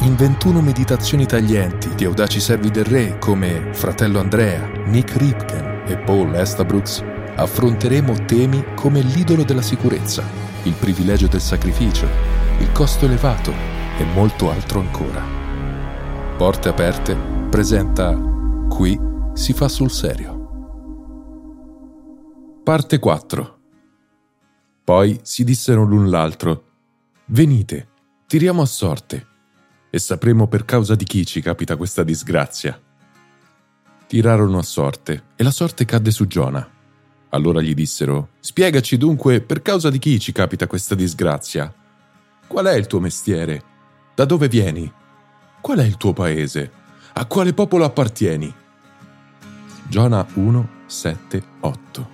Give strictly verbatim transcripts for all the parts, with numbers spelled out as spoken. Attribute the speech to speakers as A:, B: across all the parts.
A: in ventuno meditazioni taglienti di audaci servi del re come Fratello Andrea, Nick Ripken e Paul Estabrooks, affronteremo temi come l'idolo della sicurezza, il privilegio del sacrificio, il costo elevato e molto altro ancora. Porte Aperte presenta Qui si fa sul serio. Parte quattro. Poi si dissero l'un l'altro: venite, tiriamo a sorte, e sapremo per causa di chi ci capita questa disgrazia. Tirarono a sorte, e la sorte cadde su Giona. Allora gli dissero: spiegaci dunque per causa di chi ci capita questa disgrazia. Qual è il tuo mestiere? Da dove vieni? Qual è il tuo paese? A quale popolo appartieni? Giona uno, sette, otto.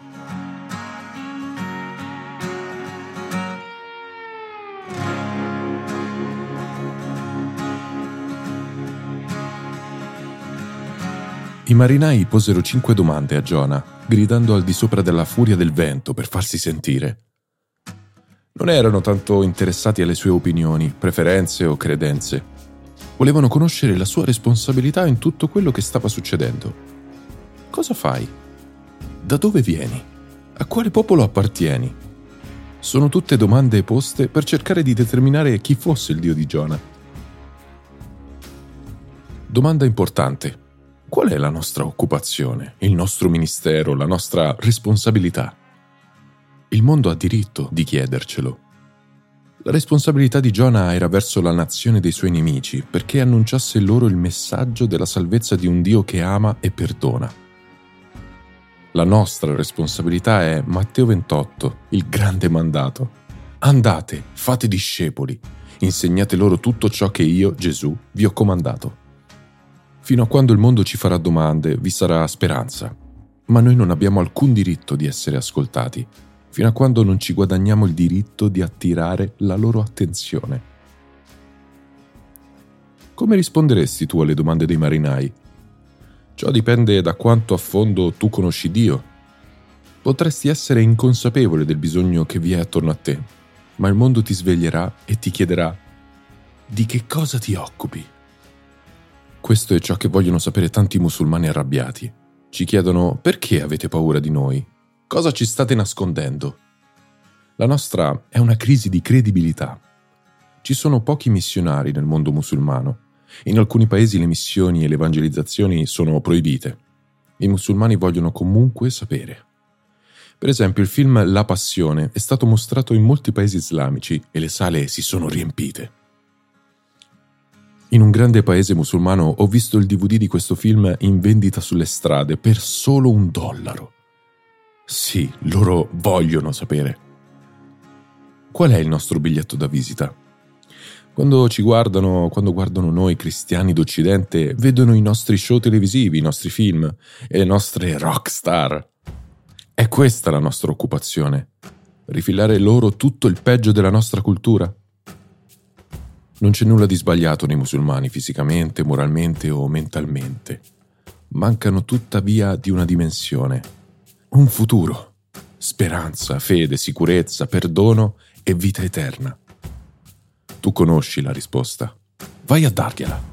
A: I marinai posero cinque domande a Giona, gridando al di sopra della furia del vento per farsi sentire. Non erano tanto interessati alle sue opinioni, preferenze o credenze. Volevano conoscere la sua responsabilità in tutto quello che stava succedendo. Cosa fai? Da dove vieni? A quale popolo appartieni? Sono tutte domande poste per cercare di determinare chi fosse il Dio di Giona. Domanda importante. Qual è la nostra occupazione, il nostro ministero, la nostra responsabilità? Il mondo ha diritto di chiedercelo. La responsabilità di Giona era verso la nazione dei suoi nemici, perché annunciasse loro il messaggio della salvezza di un Dio che ama e perdona. La nostra responsabilità è Matteo ventotto, il grande mandato. Andate, fate discepoli, insegnate loro tutto ciò che io, Gesù, vi ho comandato. Fino a quando il mondo ci farà domande, vi sarà speranza. Ma noi non abbiamo alcun diritto di essere ascoltati, fino a quando non ci guadagniamo il diritto di attirare la loro attenzione. Come risponderesti tu alle domande dei marinai? Ciò dipende da quanto a fondo tu conosci Dio. Potresti essere inconsapevole del bisogno che vi è attorno a te, ma il mondo ti sveglierà e ti chiederà: di che cosa ti occupi? Questo è ciò che vogliono sapere tanti musulmani arrabbiati. Ci chiedono: perché avete paura di noi? Cosa ci state nascondendo? La nostra è una crisi di credibilità. Ci sono pochi missionari nel mondo musulmano. In alcuni paesi le missioni e le evangelizzazioni sono proibite. I musulmani vogliono comunque sapere. Per esempio, il film La Passione è stato mostrato in molti paesi islamici e le sale si sono riempite. In un grande paese musulmano ho visto il D V D di questo film in vendita sulle strade per solo un dollaro. Sì, loro vogliono sapere. Qual è il nostro biglietto da visita? Quando ci guardano, quando guardano noi cristiani d'Occidente, vedono i nostri show televisivi, i nostri film e le nostre rock star. È questa la nostra occupazione: rifilare loro tutto il peggio della nostra cultura? Non c'è nulla di sbagliato nei musulmani fisicamente, moralmente o mentalmente. Mancano tuttavia di una dimensione, un futuro, speranza, fede, sicurezza, perdono e vita eterna. Tu conosci la risposta. Vai a dargliela.